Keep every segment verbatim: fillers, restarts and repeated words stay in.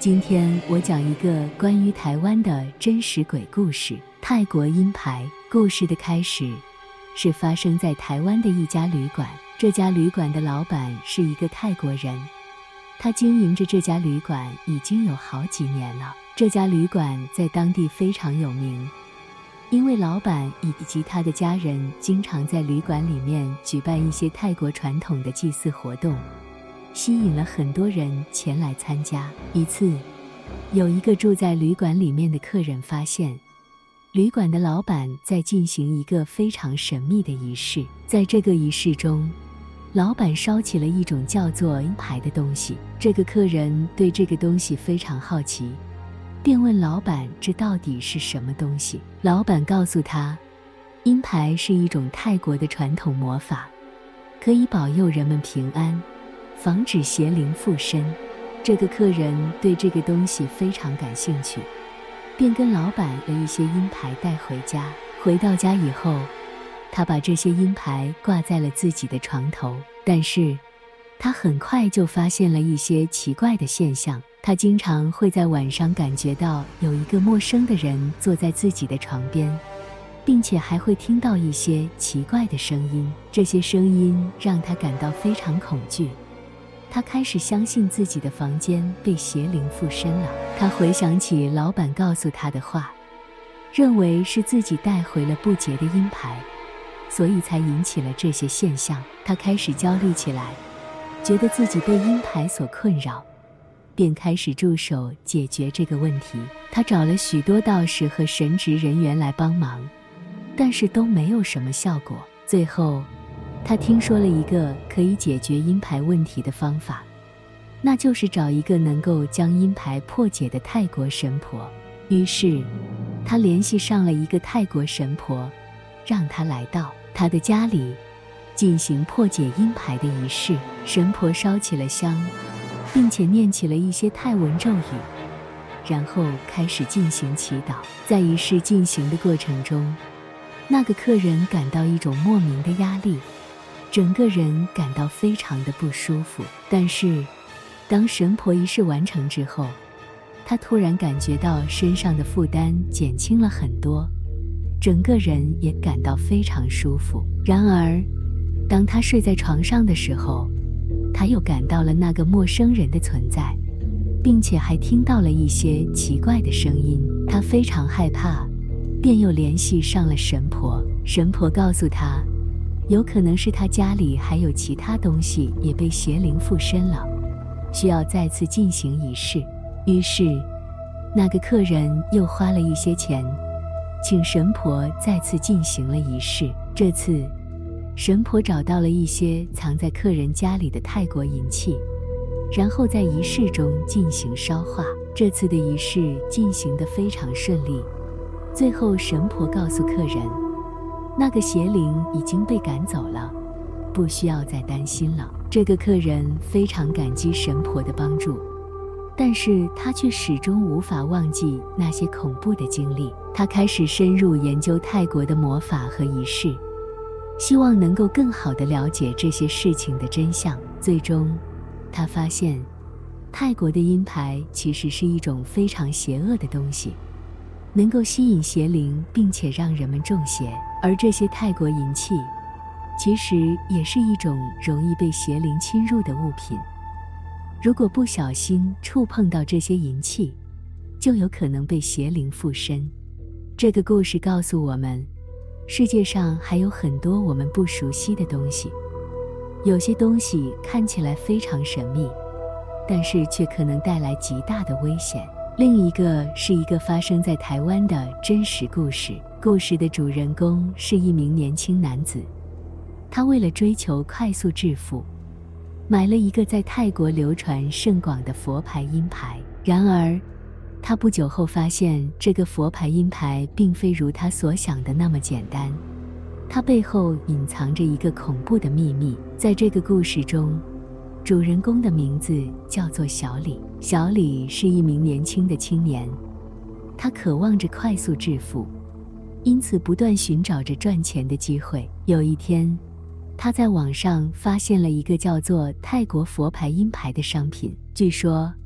今天我讲一个关于台湾的真实鬼故事——泰国阴牌。故事的开始是发生在台湾的一家旅馆，这家旅馆的老板是一个泰国人，他经营着这家旅馆已经有好几年了。这家旅馆在当地非常有名，因为老板以及他的家人经常在旅馆里面举办一些泰国传统的祭祀活动，吸引了很多人前来参加。一次，有一个住在旅馆里面的客人发现，旅馆的老板在进行一个非常神秘的仪式。在这个仪式中，老板烧起了一种叫做阴牌的东西。这个客人对这个东西非常好奇，便问老板这到底是什么东西。老板告诉他，阴牌是一种泰国的传统魔法，可以保佑人们平安，防止邪灵附身。这个客人对这个东西非常感兴趣，便跟老板了一些阴牌带回家。回到家以后，他把这些阴牌挂在了自己的床头，但是他很快就发现了一些奇怪的现象。他经常会在晚上感觉到有一个陌生的人坐在自己的床边，并且还会听到一些奇怪的声音。这些声音让他感到非常恐惧，他开始相信自己的房间被邪灵附身了。他回想起老板告诉他的话，认为是自己带回了不洁的阴牌，所以才引起了这些现象。他开始焦虑起来，觉得自己被阴牌所困扰，便开始着手解决这个问题。他找了许多道士和神职人员来帮忙，但是都没有什么效果。最后，他听说了一个可以解决阴牌问题的方法，那就是找一个能够将阴牌破解的泰国神婆。于是，他联系上了一个泰国神婆，让他来到他的家里进行破解阴牌的仪式。神婆烧起了香，并且念起了一些泰文咒语，然后开始进行祈祷。在仪式进行的过程中，那个客人感到一种莫名的压力，整个人感到非常的不舒服。但是当神婆仪式完成之后，他突然感觉到身上的负担减轻了很多，整个人也感到非常舒服。然而当他睡在床上的时候，他又感到了那个陌生人的存在，并且还听到了一些奇怪的声音。他非常害怕，便又联系上了神婆。神婆告诉他，有可能是他家里还有其他东西也被邪灵附身了，需要再次进行仪式。于是那个客人又花了一些钱，请神婆再次进行了仪式。这次神婆找到了一些藏在客人家里的泰国银器，然后在仪式中进行烧化。这次的仪式进行得非常顺利，最后神婆告诉客人，那个邪灵已经被赶走了，不需要再担心了。这个客人非常感激神婆的帮助，但是他却始终无法忘记那些恐怖的经历。他开始深入研究泰国的魔法和仪式，希望能够更好地了解这些事情的真相。最终，他发现泰国的阴牌其实是一种非常邪恶的东西，能够吸引邪灵，并且让人们中邪。而这些泰国银器其实也是一种容易被邪灵侵入的物品，如果不小心触碰到这些银器，就有可能被邪灵附身。这个故事告诉我们，世界上还有很多我们不熟悉的东西，有些东西看起来非常神秘，但是却可能带来极大的危险。另一个是一个发生在台湾的真实故事，故事的主人公是一名年轻男子，他为了追求快速致富，买了一个在泰国流传甚广的佛牌阴牌。然而他不久后发现，这个佛牌阴牌并非如他所想的那么简单，它背后隐藏着一个恐怖的秘密。在这个故事中，主人公的名字叫做小李。小李是一名年轻的青年，他渴望着快速致富，因此不断寻找着赚钱的机会。有一天，他在网上发现了一个叫做泰国佛牌阴牌的商品。据说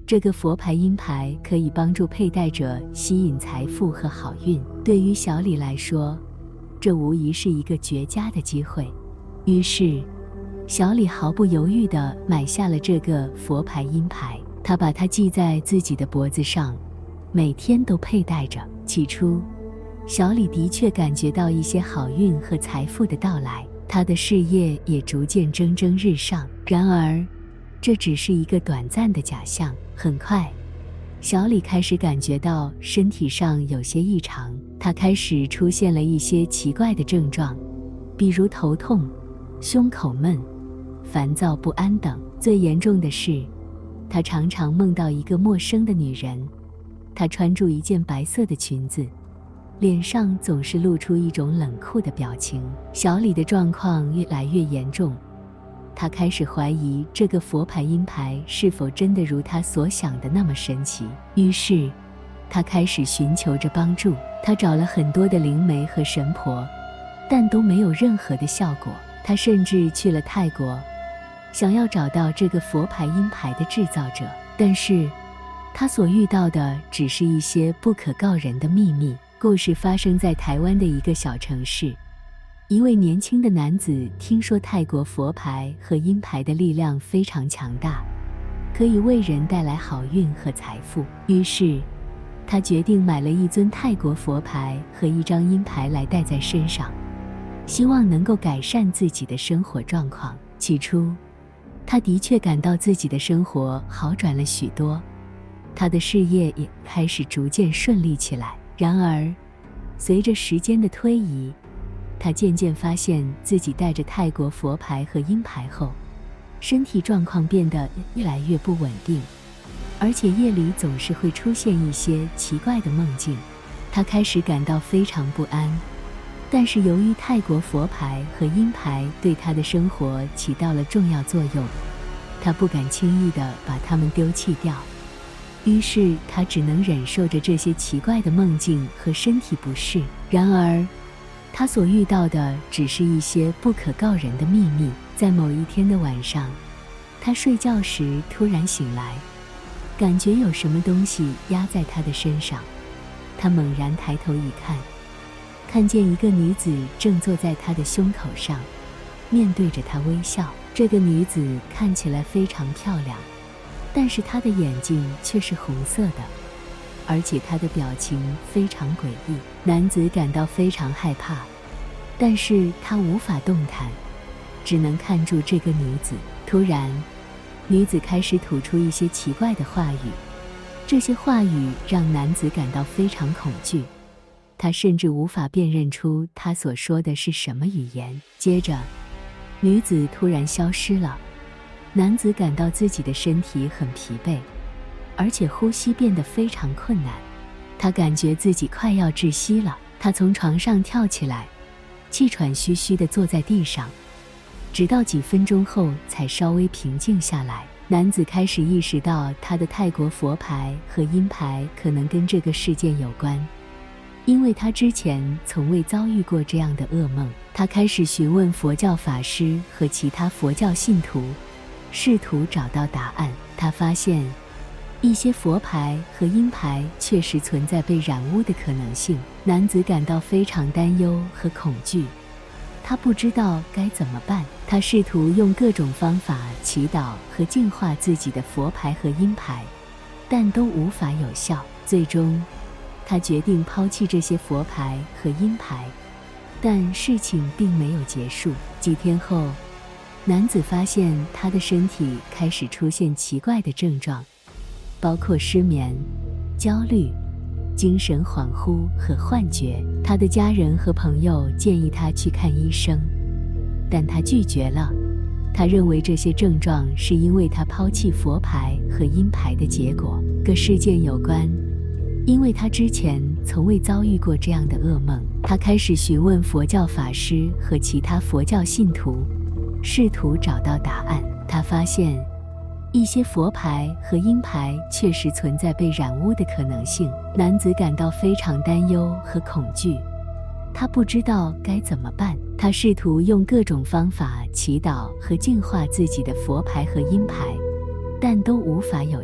这个佛牌阴牌可以帮助佩戴者吸引财富和好运。对于小李来说，这无疑是一个绝佳的机会。于是，小李毫不犹豫地买下了这个佛牌阴牌，他把它系在自己的脖子上，每天都佩戴着。起初，小李的确感觉到一些好运和财富的到来，他的事业也逐渐蒸蒸日上。然而，这只是一个短暂的假象。很快，小李开始感觉到身体上有些异常，他开始出现了一些奇怪的症状，比如头痛、胸口闷、烦躁不安等。最严重的是，他常常梦到一个陌生的女人，她穿着一件白色的裙子，脸上总是露出一种冷酷的表情。小李的状况越来越严重，他开始怀疑这个佛牌阴牌是否真的如他所想的那么神奇。于是，他开始寻求着帮助。他找了很多的灵媒和神婆，但都没有任何的效果。他甚至去了泰国，想要找到这个佛牌阴牌的制造者，但是他所遇到的只是一些不可告人的秘密。故事发生在台湾的一个小城市，一位年轻的男子听说泰国佛牌和阴牌的力量非常强大，可以为人带来好运和财富。于是，他决定买了一尊泰国佛牌和一张阴牌来戴在身上，希望能够改善自己的生活状况。起初，他的确感到自己的生活好转了许多，他的事业也开始逐渐顺利起来。然而，随着时间的推移，他渐渐发现自己带着泰国佛牌和阴牌后，身体状况变得越来越不稳定，而且夜里总是会出现一些奇怪的梦境。他开始感到非常不安，但是由于泰国佛牌和阴牌对他的生活起到了重要作用，他不敢轻易地把它们丢弃掉。于是他只能忍受着这些奇怪的梦境和身体不适。然而，他所遇到的只是一些不可告人的秘密。在某一天的晚上，他睡觉时突然醒来，感觉有什么东西压在他的身上。他猛然抬头一看，看见一个女子正坐在他的胸口上，面对着他微笑。这个女子看起来非常漂亮，但是她的眼睛却是红色的，而且她的表情非常诡异。男子感到非常害怕，但是他无法动弹，只能看住这个女子。突然，女子开始吐出一些奇怪的话语，这些话语让男子感到非常恐惧，他甚至无法辨认出她所说的是什么语言。接着，女子突然消失了，男子感到自己的身体很疲惫，而且呼吸变得非常困难，他感觉自己快要窒息了。他从床上跳起来，气喘吁吁地坐在地上，直到几分钟后才稍微平静下来。男子开始意识到他的泰国佛牌和阴牌可能跟这个事件有关，因为他之前从未遭遇过这样的噩梦。他开始询问佛教法师和其他佛教信徒，试图找到答案。他发现一些佛牌和阴牌确实存在被染污的可能性。男子感到非常担忧和恐惧，他不知道该怎么办。他试图用各种方法祈祷和净化自己的佛牌和阴牌，但都无法有效。最终，他决定抛弃这些佛牌和阴牌，但事情并没有结束。几天后，男子发现他的身体开始出现奇怪的症状，包括失眠、焦虑、精神恍惚和幻觉。他的家人和朋友建议他去看医生，但他拒绝了。他认为这些症状是因为他抛弃佛牌和阴牌的结果。跟事件有关，因为他之前从未遭遇过这样的噩梦。他开始询问佛教法师和其他佛教信徒，试图找到答案。他发现一些佛牌和阴牌确实存在被染污的可能性。男子感到非常担忧和恐惧，他不知道该怎么办。他试图用各种方法祈祷和净化自己的佛牌和阴牌，但都无法有效。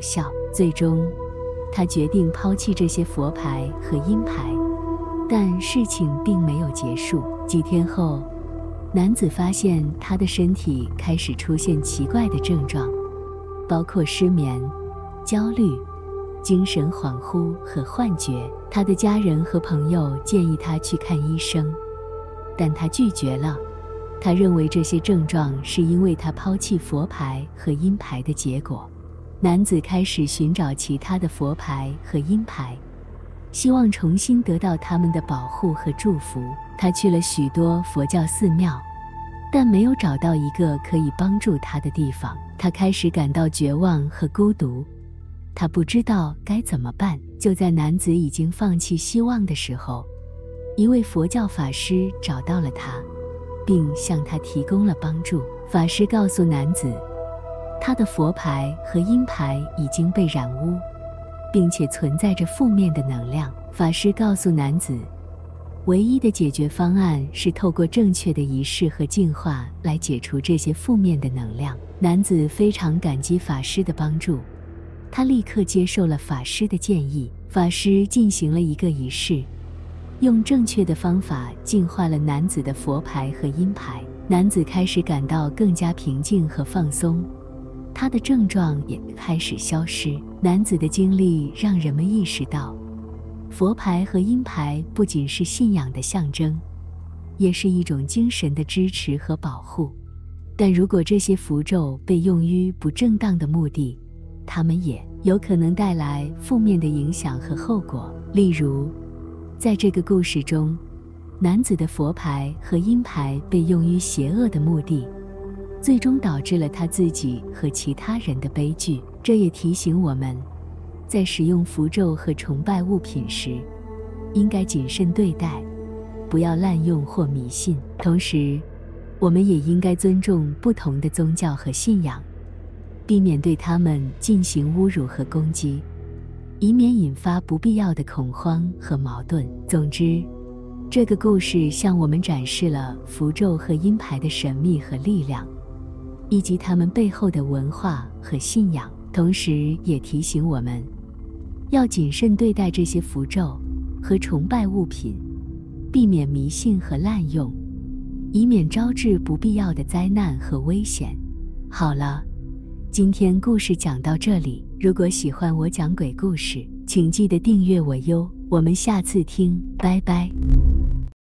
最终，他决定抛弃这些佛牌和阴牌。但事情并没有结束。几天后，男子发现他的身体开始出现奇怪的症状，包括失眠、焦虑、精神恍惚和幻觉。他的家人和朋友建议他去看医生，但他拒绝了。他认为这些症状是因为他抛弃佛牌和阴牌的结果。男子开始寻找其他的佛牌和阴牌，希望重新得到他们的保护和祝福。他去了许多佛教寺庙，但没有找到一个可以帮助他的地方。他开始感到绝望和孤独，他不知道该怎么办。就在男子已经放弃希望的时候，一位佛教法师找到了他，并向他提供了帮助。法师告诉男子，他的佛牌和阴牌已经被染污，并且存在着负面的能量。法师告诉男子，唯一的解决方案是透过正确的仪式和净化来解除这些负面的能量。男子非常感激法师的帮助，他立刻接受了法师的建议。法师进行了一个仪式，用正确的方法净化了男子的佛牌和阴牌。男子开始感到更加平静和放松，他的症状也开始消失。男子的经历让人们意识到，佛牌和阴牌不仅是信仰的象征，也是一种精神的支持和保护。但如果这些符咒被用于不正当的目的，它们也有可能带来负面的影响和后果。例如，在这个故事中，男子的佛牌和阴牌被用于邪恶的目的，最终导致了他自己和其他人的悲剧。这也提醒我们，在使用符咒和崇拜物品时，应该谨慎对待，不要滥用或迷信。同时，我们也应该尊重不同的宗教和信仰，避免对他们进行侮辱和攻击，以免引发不必要的恐慌和矛盾。总之，这个故事向我们展示了符咒和阴牌的神秘和力量，以及它们背后的文化和信仰，同时也提醒我们要谨慎对待这些符咒和崇拜物品，避免迷信和滥用，以免招致不必要的灾难和危险。好了，今天故事讲到这里，如果喜欢我讲鬼故事，请记得订阅我哟。我们下次听，拜拜。